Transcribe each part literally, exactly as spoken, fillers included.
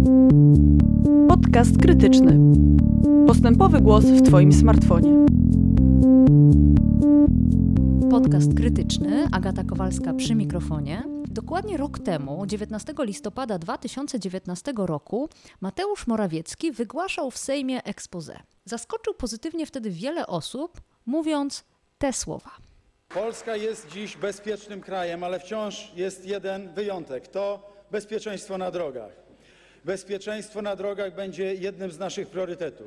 Podcast krytyczny. Postępowy głos w Twoim smartfonie. Podcast krytyczny, Agata Kowalska przy mikrofonie. Dokładnie rok temu, dziewiętnastego listopada dwa tysiące dziewiętnastego roku, Mateusz Morawiecki wygłaszał w Sejmie exposé. Zaskoczył pozytywnie wtedy wiele osób, mówiąc te słowa. Polska jest dziś bezpiecznym krajem, ale wciąż jest jeden wyjątek. To bezpieczeństwo na drogach. Bezpieczeństwo na drogach będzie jednym z naszych priorytetów.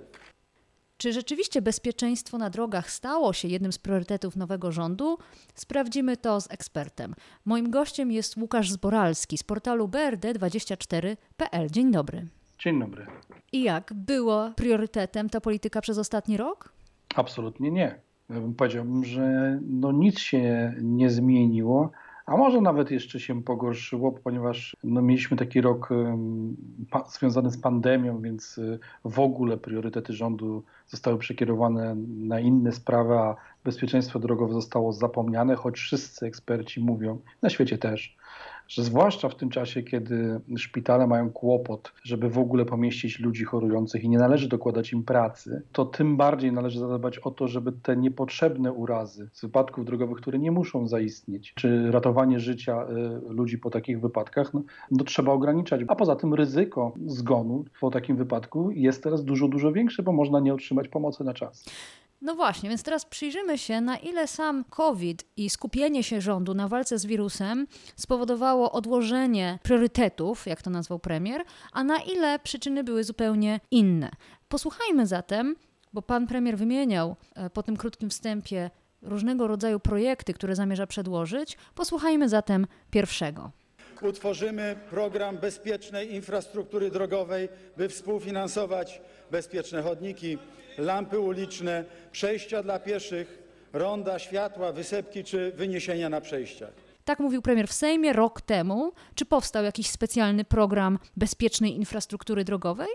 Czy rzeczywiście bezpieczeństwo na drogach stało się jednym z priorytetów nowego rządu? Sprawdzimy to z ekspertem. Moim gościem jest Łukasz Zboralski z portalu B R D dwadzieścia cztery kropka P L. Dzień dobry. Dzień dobry. I jak? Było priorytetem ta polityka przez ostatni rok? Absolutnie nie. Ja bym powiedział, że no nic się nie zmieniło, a może nawet jeszcze się pogorszyło, ponieważ no mieliśmy taki rok um, pa, związany z pandemią, więc y, w ogóle priorytety rządu zostały przekierowane na inne sprawy, a bezpieczeństwo drogowe zostało zapomniane, choć wszyscy eksperci mówią, na świecie też, że zwłaszcza w tym czasie, kiedy szpitale mają kłopot, żeby w ogóle pomieścić ludzi chorujących i nie należy dokładać im pracy, to tym bardziej należy zadbać o to, żeby te niepotrzebne urazy z wypadków drogowych, które nie muszą zaistnieć, czy ratowanie życia y, ludzi po takich wypadkach, no, no trzeba ograniczać. A poza tym ryzyko zgonu po takim wypadku jest teraz dużo, dużo większe, bo można nie otrzymać pomocy na czas. No właśnie, więc teraz przyjrzymy się, na ile sam COVID i skupienie się rządu na walce z wirusem spowodowało odłożenie priorytetów, jak to nazwał premier, a na ile przyczyny były zupełnie inne. Posłuchajmy zatem, bo pan premier wymieniał po tym krótkim wstępie różnego rodzaju projekty, które zamierza przedłożyć. Posłuchajmy zatem pierwszego. Utworzymy program bezpiecznej infrastruktury drogowej, by współfinansować bezpieczne chodniki, lampy uliczne, przejścia dla pieszych, ronda, światła, wysepki czy wyniesienia na przejściach. Tak mówił premier w Sejmie rok temu. Czy powstał jakiś specjalny program bezpiecznej infrastruktury drogowej?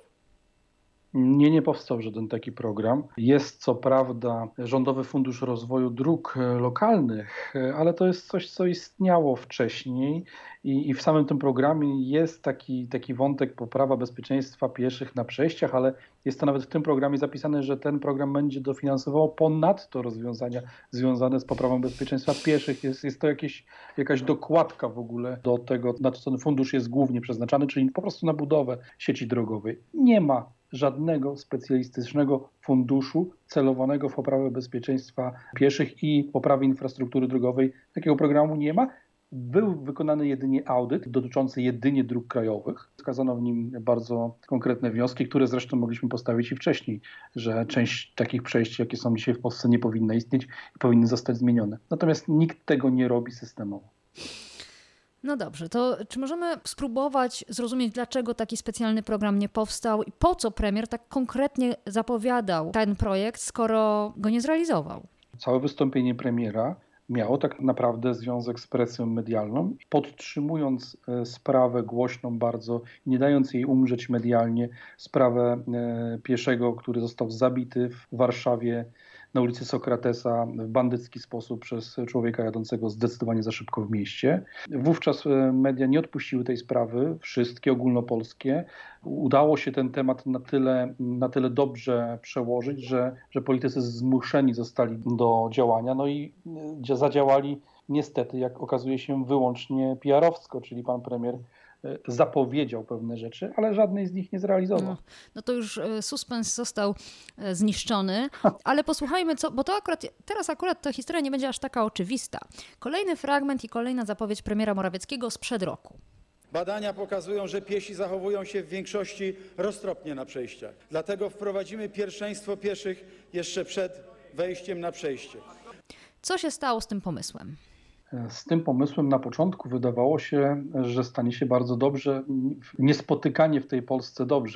Nie, nie powstał żaden taki program. Jest co prawda Rządowy Fundusz Rozwoju Dróg Lokalnych, ale to jest coś, co istniało wcześniej i, i w samym tym programie jest taki, taki wątek poprawa bezpieczeństwa pieszych na przejściach, ale jest to nawet w tym programie zapisane, że ten program będzie dofinansował ponadto rozwiązania związane z poprawą bezpieczeństwa pieszych. Jest, jest to jakieś, jakaś dokładka w ogóle do tego, na co ten fundusz jest głównie przeznaczany, czyli po prostu na budowę sieci drogowej. Nie ma żadnego specjalistycznego funduszu celowanego w poprawę bezpieczeństwa pieszych i poprawę infrastruktury drogowej. Takiego programu nie ma. Był wykonany jedynie audyt dotyczący jedynie dróg krajowych. Wskazano w nim bardzo konkretne wnioski, które zresztą mogliśmy postawić i wcześniej, że część takich przejść, jakie są dzisiaj w Polsce, nie powinna istnieć i powinny zostać zmienione. Natomiast nikt tego nie robi systemowo. No dobrze, to czy możemy spróbować zrozumieć, dlaczego taki specjalny program nie powstał i po co premier tak konkretnie zapowiadał ten projekt, skoro go nie zrealizował? Całe wystąpienie premiera miało tak naprawdę związek z presją medialną, podtrzymując sprawę głośną bardzo, nie dając jej umrzeć medialnie, sprawę pieszego, który został zabity w Warszawie na ulicy Sokratesa w bandycki sposób przez człowieka jadącego zdecydowanie za szybko w mieście. Wówczas media nie odpuściły tej sprawy, wszystkie ogólnopolskie. Udało się ten temat na tyle, na tyle dobrze przełożyć, że, że politycy zmuszeni zostali do działania, no i zadziałali niestety, jak okazuje się, wyłącznie P R-owsko, czyli pan premier zapowiedział pewne rzeczy, ale żadnej z nich nie zrealizował. No, no to już suspens został zniszczony, ale posłuchajmy, co, bo to akurat, teraz akurat ta historia nie będzie aż taka oczywista. Kolejny fragment i kolejna zapowiedź premiera Morawieckiego sprzed roku. Badania pokazują, że piesi zachowują się w większości roztropnie na przejściach. Dlatego wprowadzimy pierwszeństwo pieszych jeszcze przed wejściem na przejście. Co się stało z tym pomysłem? Z tym pomysłem na początku wydawało się, że stanie się bardzo dobrze, niespotykanie w tej Polsce dobrze.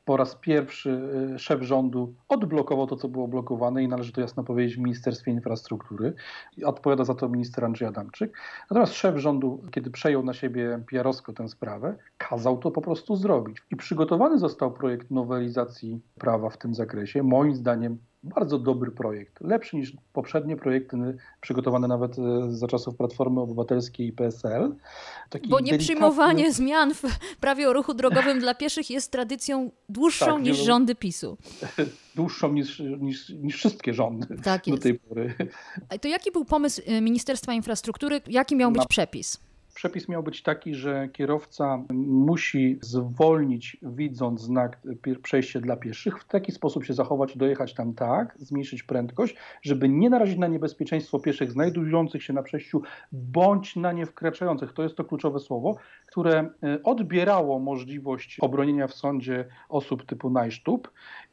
po raz pierwszy szef rządu odblokował to, co było blokowane i należy to jasno powiedzieć w Ministerstwie Infrastruktury. Odpowiada za to minister Andrzej Adamczyk. Natomiast szef rządu, kiedy przejął na siebie P R-owsko tę sprawę, kazał to po prostu zrobić. I przygotowany został projekt nowelizacji prawa w tym zakresie. Moim zdaniem bardzo dobry projekt, lepszy niż poprzednie projekty przygotowane nawet za czasów Platformy Obywatelskiej i P S L. Taki Bo nieprzyjmowanie delikatny... zmian w prawie o ruchu drogowym dla pieszych jest tradycją dłuższą tak, niż rządy PiSu. Dłuższą niż, niż, niż wszystkie rządy tak do tej pory. To jaki był pomysł Ministerstwa Infrastruktury? Jaki miał być Na... przepis? Przepis miał być taki, że kierowca musi zwolnić, widząc znak przejście dla pieszych, w taki sposób się zachować, dojechać tam tak, zmniejszyć prędkość, żeby nie narazić na niebezpieczeństwo pieszych znajdujących się na przejściu, bądź na nie wkraczających. To jest to kluczowe słowo, które odbierało możliwość obronienia w sądzie osób typu najsztub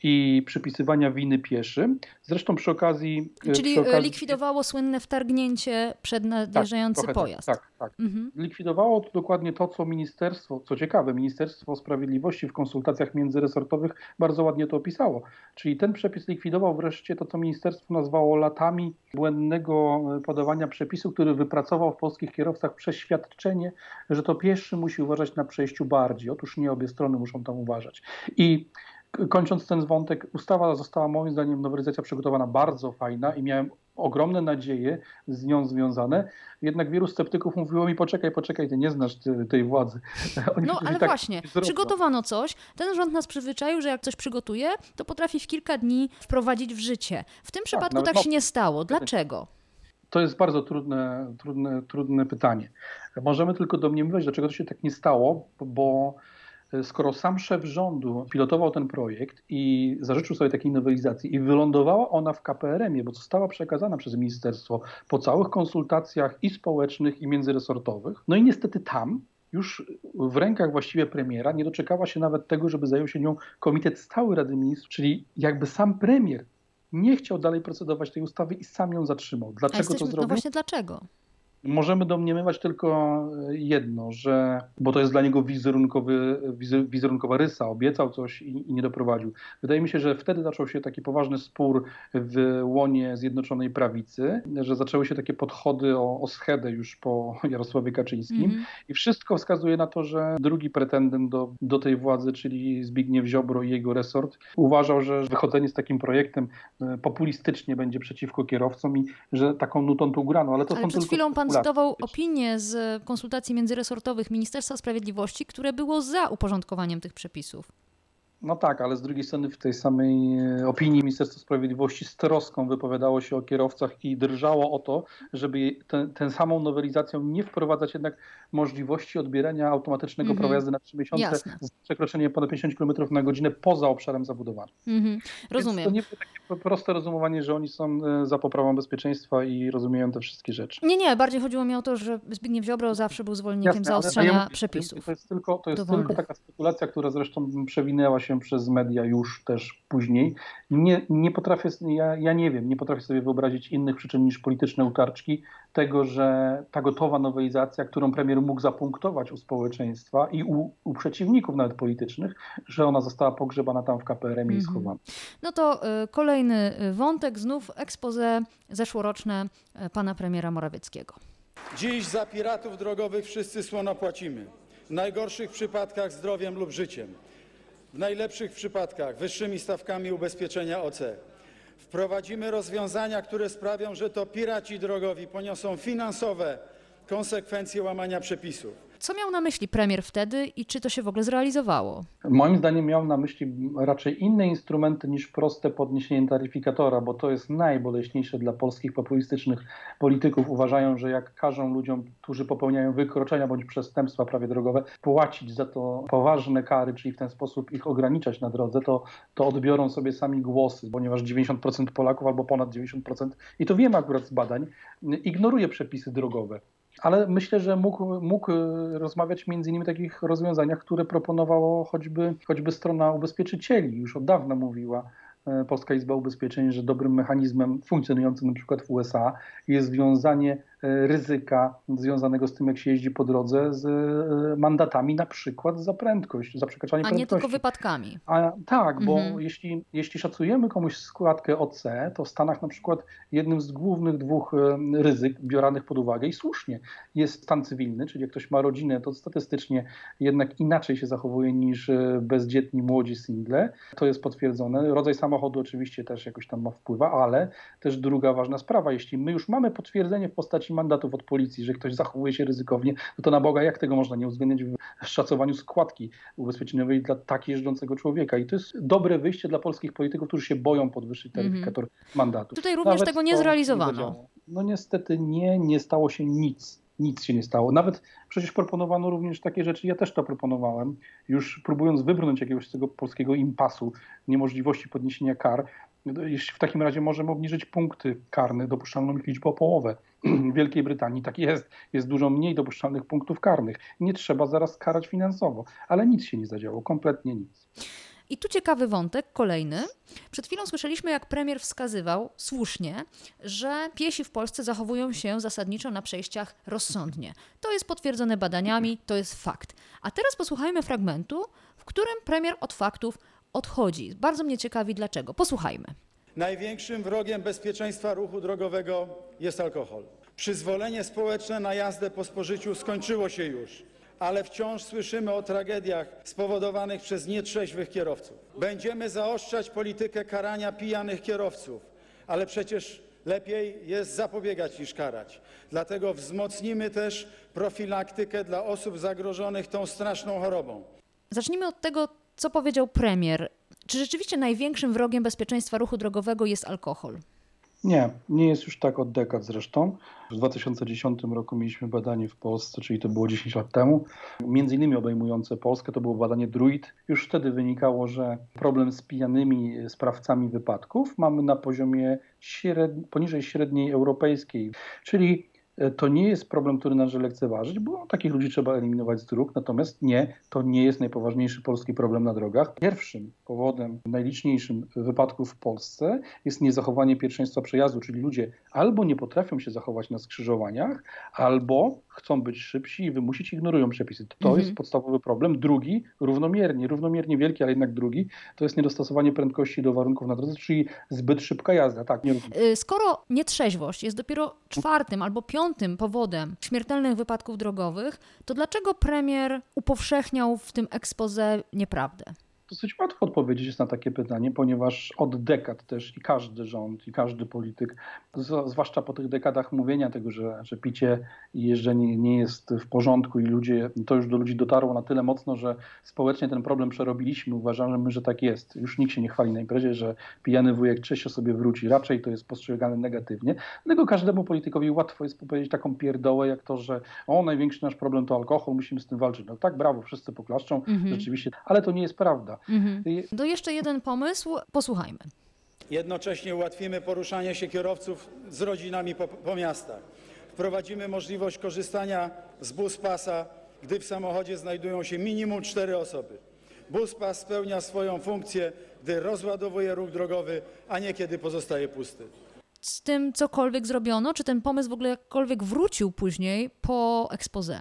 i przypisywania winy pieszym. Zresztą przy okazji... Czyli przy okazji... likwidowało słynne wtargnięcie przed nadjeżdżający tak, pojazd. Tak, tak. tak. Mhm. Likwidowało to dokładnie to, co ministerstwo, co ciekawe, Ministerstwo Sprawiedliwości w konsultacjach międzyresortowych bardzo ładnie to opisało. Czyli ten przepis likwidował wreszcie to, co ministerstwo nazwało latami błędnego podawania przepisu, który wypracował w polskich kierowcach przeświadczenie, że to pieszy musi uważać na przejściu bardziej. Otóż nie obie strony muszą tam uważać. I kończąc ten wątek, ustawa została moim zdaniem, nowelizacja przygotowana bardzo fajna i miałem ogromne nadzieje z nią związane. Jednak wielu sceptyków mówiło mi, poczekaj, poczekaj, ty nie znasz ty, tej władzy. Oni no ale tak właśnie, przygotowano coś. Ten rząd nas przyzwyczaił, że jak coś przygotuje, to potrafi w kilka dni wprowadzić w życie. W tym przypadku tak, tak no, się nie stało. Dlaczego? To jest bardzo trudne, trudne, trudne pytanie. Możemy tylko domniemywać, dlaczego to się tak nie stało, bo skoro sam szef rządu pilotował ten projekt i zażyczył sobie takiej nowelizacji i wylądowała ona w K P R M ie, bo została przekazana przez ministerstwo po całych konsultacjach i społecznych, i międzyresortowych, no i niestety tam już w rękach właściwie premiera nie doczekała się nawet tego, żeby zajął się nią Komitet Stały Rady Ministrów, czyli jakby sam premier nie chciał dalej procedować tej ustawy i sam ją zatrzymał. Dlaczego jesteśmy, to zrobił? No właśnie dlaczego? Możemy domniemywać tylko jedno, że, bo to jest dla niego wizerunkowy, wizerunkowa rysa, obiecał coś i, i nie doprowadził. Wydaje mi się, że wtedy zaczął się taki poważny spór w łonie Zjednoczonej Prawicy, że zaczęły się takie podchody o, o schedę już po Jarosławie Kaczyńskim mm. i wszystko wskazuje na to, że drugi pretendent do, do tej władzy, czyli Zbigniew Ziobro i jego resort, uważał, że wychodzenie z takim projektem populistycznie będzie przeciwko kierowcom i że taką nutą tu grano. Ale to Ale są przed tylko chwilą pan cytował opinię z konsultacji międzyresortowych Ministerstwa Sprawiedliwości, które było za uporządkowaniem tych przepisów. No tak, ale z drugiej strony w tej samej opinii Ministerstwo Sprawiedliwości z troską wypowiadało się o kierowcach i drżało o to, żeby tę samą nowelizacją nie wprowadzać jednak możliwości odbierania automatycznego mm-hmm. prawa jazdy na trzy miesiące Jasne. z przekroczeniem ponad pięćdziesiąt kilometrów na godzinę poza obszarem zabudowanym. Mm-hmm. Rozumiem. Więc to nie było takie proste rozumowanie, że oni są za poprawą bezpieczeństwa i rozumieją te wszystkie rzeczy. Nie, nie, bardziej chodziło mi o to, że Zbigniew Ziobro zawsze był zwolennikiem Jasne, zaostrzenia ja przepisów. To jest tylko, to jest tylko taka spekulacja, która zresztą przewinęła się przez media już też później. Nie, nie potrafię, ja, ja nie wiem, nie potrafię sobie wyobrazić innych przyczyn niż polityczne utarczki tego, że ta gotowa nowelizacja, którą premier mógł zapunktować u społeczeństwa i u, u przeciwników nawet politycznych, że ona została pogrzebana tam w K P R M ie mm-hmm. i schowana. No to y, kolejny wątek, znów expose zeszłoroczne y, pana premiera Morawieckiego. Dziś za piratów drogowych wszyscy słono płacimy. W najgorszych przypadkach zdrowiem lub życiem. W najlepszych przypadkach wyższymi stawkami ubezpieczenia O C. Wprowadzimy rozwiązania, które sprawią, że to piraci drogowi poniosą finansowe konsekwencje łamania przepisów. Co miał na myśli premier wtedy i czy to się w ogóle zrealizowało? Moim zdaniem miał na myśli raczej inne instrumenty niż proste podniesienie taryfikatora, bo to jest najboleśniejsze dla polskich populistycznych polityków. Uważają, że jak każą ludziom, którzy popełniają wykroczenia bądź przestępstwa prawie drogowe, płacić za to poważne kary, czyli w ten sposób ich ograniczać na drodze, to, to odbiorą sobie sami głosy, ponieważ dziewięćdziesiąt procent Polaków albo ponad dziewięćdziesiąt procent, i to wiemy akurat z badań, ignoruje przepisy drogowe. Ale myślę, że mógł, mógł rozmawiać między innymi o takich rozwiązaniach, które proponowało choćby, choćby strona ubezpieczycieli. Już od dawna mówiła Polska Izba Ubezpieczeń, że dobrym mechanizmem funkcjonującym na przykład w U S A jest wiązanie ryzyka związanego z tym, jak się jeździ po drodze, z mandatami na przykład za prędkość, za przekraczanie A prędkości. nie tylko wypadkami. A, tak, bo Mhm. jeśli, jeśli szacujemy komuś składkę O C, to w Stanach na przykład jednym z głównych dwóch ryzyk biornych pod uwagę i słusznie jest stan cywilny, czyli jak ktoś ma rodzinę, to statystycznie jednak inaczej się zachowuje niż bezdzietni młodzi single. To jest potwierdzone. Rodzaj samochodu oczywiście też jakoś tam ma wpływ, ale też druga ważna sprawa, jeśli my już mamy potwierdzenie w postaci mandatów od policji, że ktoś zachowuje się ryzykownie, no to na Boga jak tego można nie uwzględnić w szacowaniu składki ubezpieczeniowej dla tak jeżdżącego człowieka. I to jest dobre wyjście dla polskich polityków, którzy się boją podwyższyć taryfikator mm-hmm. mandatu. Tutaj również Nawet tego nie zrealizowano. Nie no niestety nie, nie stało się nic. Nic się nie stało. Nawet przecież proponowano również takie rzeczy, ja też to proponowałem, już próbując wybrnąć jakiegoś z tego polskiego impasu, niemożliwości podniesienia kar. Jeśli w takim razie możemy obniżyć punkty karne, dopuszczalną ich liczbę o połowę. W Wielkiej Brytanii tak jest. Jest dużo mniej dopuszczalnych punktów karnych. Nie trzeba zaraz karać finansowo, ale nic się nie zadziało, kompletnie nic. I tu ciekawy wątek, kolejny. Przed chwilą słyszeliśmy, jak premier wskazywał, słusznie, że piesi w Polsce zachowują się zasadniczo na przejściach rozsądnie. To jest potwierdzone badaniami, to jest fakt. A teraz posłuchajmy fragmentu, w którym premier od faktów odchodzi. Bardzo mnie ciekawi dlaczego. Posłuchajmy. Największym wrogiem bezpieczeństwa ruchu drogowego jest alkohol. Przyzwolenie społeczne na jazdę po spożyciu skończyło się już, ale wciąż słyszymy o tragediach spowodowanych przez nietrzeźwych kierowców. Będziemy zaostrzać politykę karania pijanych kierowców, ale przecież lepiej jest zapobiegać niż karać. Dlatego wzmocnimy też profilaktykę dla osób zagrożonych tą straszną chorobą. Zacznijmy od tego, co powiedział premier. Czy rzeczywiście największym wrogiem bezpieczeństwa ruchu drogowego jest alkohol? Nie, nie jest już tak od dekad zresztą. W dwa tysiące dziesiątym roku mieliśmy badanie w Polsce, czyli to było dziesięć lat temu, między innymi obejmujące Polskę, to było badanie Druid. Już wtedy wynikało, że problem z pijanymi sprawcami wypadków mamy na poziomie średni, poniżej średniej europejskiej, czyli to nie jest problem, który należy lekceważyć, bo takich ludzi trzeba eliminować z dróg, natomiast nie, to nie jest najpoważniejszy polski problem na drogach. Pierwszym powodem najliczniejszym wypadków w Polsce jest niezachowanie pierwszeństwa przejazdu, czyli ludzie albo nie potrafią się zachować na skrzyżowaniach, albo chcą być szybsi i wymusić, ignorują przepisy. To mhm. jest podstawowy problem. Drugi, równomiernie, równomiernie wielki, ale jednak drugi, to jest niedostosowanie prędkości do warunków na drodze, czyli zbyt szybka jazda. Tak, nie Skoro nietrzeźwość jest dopiero czwartym albo piątym powodem śmiertelnych wypadków drogowych, to dlaczego premier upowszechniał w tym exposé nieprawdę? Dosyć łatwo odpowiedzieć jest na takie pytanie, ponieważ od dekad też i każdy rząd, i każdy polityk, z, zwłaszcza po tych dekadach mówienia tego, że, że picie i jeżdżenie nie jest w porządku i ludzie, to już do ludzi dotarło na tyle mocno, że społecznie ten problem przerobiliśmy. Uważamy, że tak jest. Już nikt się nie chwali na imprezie, że pijany wujek Czesio sobie wróci. Raczej to jest postrzegane negatywnie. Dlatego każdemu politykowi łatwo jest powiedzieć taką pierdołę, jak to, że o, największy nasz problem to alkohol, musimy z tym walczyć. No tak, brawo, wszyscy poklaszczą, mhm. rzeczywiście, ale to nie jest prawda. Mhm. To jeszcze jeden pomysł, posłuchajmy. Jednocześnie ułatwimy poruszanie się kierowców z rodzinami po, po miastach. Wprowadzimy możliwość korzystania z buspasa, gdy w samochodzie znajdują się minimum cztery osoby. Buspas spełnia swoją funkcję, gdy rozładowuje ruch drogowy, a nie kiedy pozostaje pusty. Z tym cokolwiek zrobiono? Czy ten pomysł w ogóle jakkolwiek wrócił później po exposé?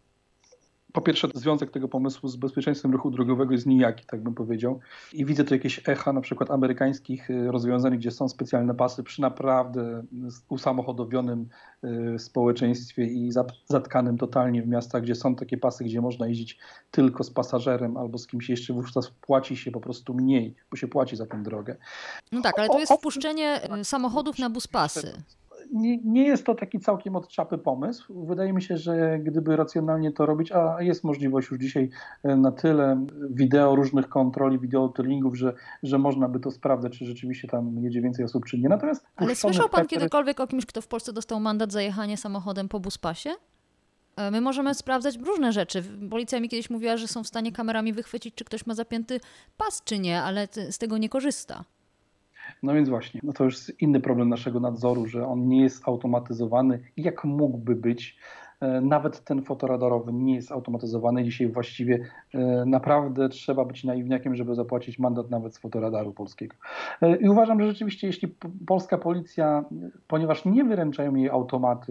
Po pierwsze, związek tego pomysłu z bezpieczeństwem ruchu drogowego jest nijaki, tak bym powiedział. I widzę tu jakieś echa na przykład amerykańskich rozwiązań, gdzie są specjalne pasy przy naprawdę usamochodowionym społeczeństwie i zatkanym totalnie w miastach, gdzie są takie pasy, gdzie można jeździć tylko z pasażerem albo z kimś jeszcze, wówczas płaci się po prostu mniej, bo się płaci za tę drogę. No tak, ale to jest wpuszczenie samochodów na buspasy. Nie, nie jest to taki całkiem od czapy pomysł. Wydaje mi się, że gdyby racjonalnie to robić, a jest możliwość już dzisiaj na tyle wideo, różnych kontroli, wideoturingów, że, że można by to sprawdzać, czy rzeczywiście tam jedzie więcej osób, czy nie. Natomiast ale słyszał pan kiedykolwiek o kimś, kto w Polsce dostał mandat za jechanie samochodem po buspasie? My możemy sprawdzać różne rzeczy. Policja mi kiedyś mówiła, że są w stanie kamerami wychwycić, czy ktoś ma zapięty pas, czy nie, ale z tego nie korzysta. No więc właśnie, no to już jest inny problem naszego nadzoru, że on nie jest automatyzowany, jak mógłby być. Nawet ten fotoradarowy nie jest automatyzowany. Dzisiaj właściwie naprawdę trzeba być naiwniakiem, żeby zapłacić mandat nawet z fotoradaru polskiego. I uważam, że rzeczywiście jeśli polska policja, ponieważ nie wyręczają jej automaty,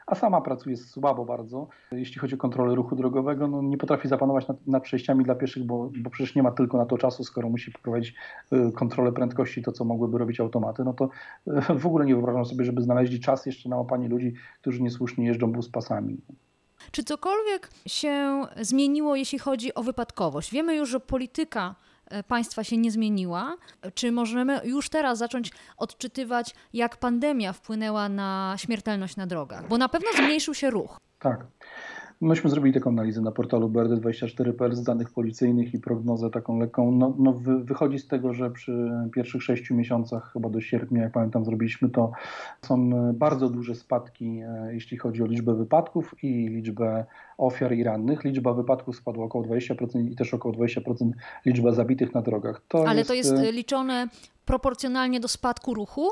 a sama pracuje słabo bardzo, jeśli chodzi o kontrolę ruchu drogowego. No, nie potrafi zapanować nad, nad przejściami dla pieszych, bo, bo przecież nie ma tylko na to czasu, skoro musi poprowadzić y, kontrolę prędkości, to co mogłyby robić automaty, no to y, w ogóle nie wyobrażam sobie, żeby znaleźli czas jeszcze na łapanie ludzi, którzy niesłusznie jeżdżą buspasami. Czy cokolwiek się zmieniło, jeśli chodzi o wypadkowość? Wiemy już, że polityka państwa się nie zmieniła. Czy możemy już teraz zacząć odczytywać, jak pandemia wpłynęła na śmiertelność na drogach? Bo na pewno zmniejszył się ruch. Tak. Myśmy zrobili taką analizę na portalu B R D dwadzieścia cztery kropka p l z danych policyjnych i prognozę taką lekką. No, no wy, wychodzi z tego, że przy pierwszych sześciu miesiącach, chyba do sierpnia, jak pamiętam, zrobiliśmy to, są bardzo duże spadki, jeśli chodzi o liczbę wypadków i liczbę ofiar i rannych. Liczba wypadków spadła około dwadzieścia procent i też około dwadzieścia procent liczba zabitych na drogach. To Ale jest... to jest liczone proporcjonalnie do spadku ruchu?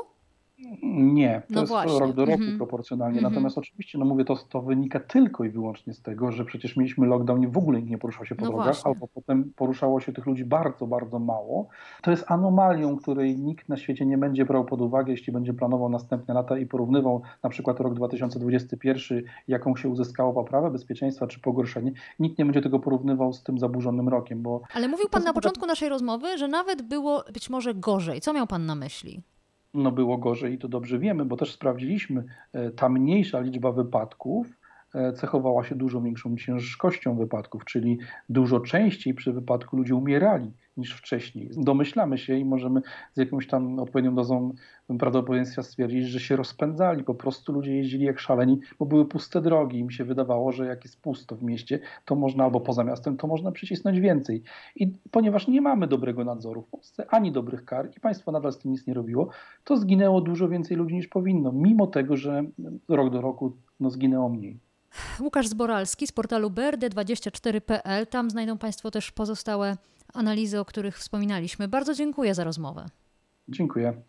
Nie, to no jest właśnie. rok do roku mm-hmm. proporcjonalnie. Mm-hmm. Natomiast oczywiście, no mówię, to, to wynika tylko i wyłącznie z tego, że przecież mieliśmy lockdown i w ogóle nikt nie poruszał się po no drogach, właśnie. albo potem poruszało się tych ludzi bardzo, bardzo mało. To jest anomalią, której nikt na świecie nie będzie brał pod uwagę, jeśli będzie planował następne lata i porównywał na przykład rok dwa tysiące dwudziesty pierwszy, jaką się uzyskało poprawę bezpieczeństwa czy pogorszenie. Nikt nie będzie tego porównywał z tym zaburzonym rokiem. Bo Ale mówił pan na początku naszej rozmowy, że nawet było być może gorzej. Co miał pan na myśli? No było gorzej i to dobrze wiemy, bo też sprawdziliśmy, ta mniejsza liczba wypadków cechowała się dużo większą ciężkością wypadków, czyli dużo częściej przy wypadku ludzie umierali niż wcześniej. Domyślamy się i możemy z jakąś tam odpowiednią dozą prawdopodobieństwa stwierdzić, że się rozpędzali, po prostu ludzie jeździli jak szaleni, bo były puste drogi i im się wydawało, że jak jest pusto w mieście, to można albo poza miastem, to można przycisnąć więcej. I ponieważ nie mamy dobrego nadzoru w Polsce, ani dobrych kar i państwo nadal z tym nic nie robiło, to zginęło dużo więcej ludzi niż powinno, mimo tego, że rok do roku no, zginęło mniej. Łukasz Zboralski z portalu B R D dwadzieścia cztery kropka p l. Tam znajdą państwo też pozostałe analizy, o których wspominaliśmy. Bardzo dziękuję za rozmowę. Dziękuję.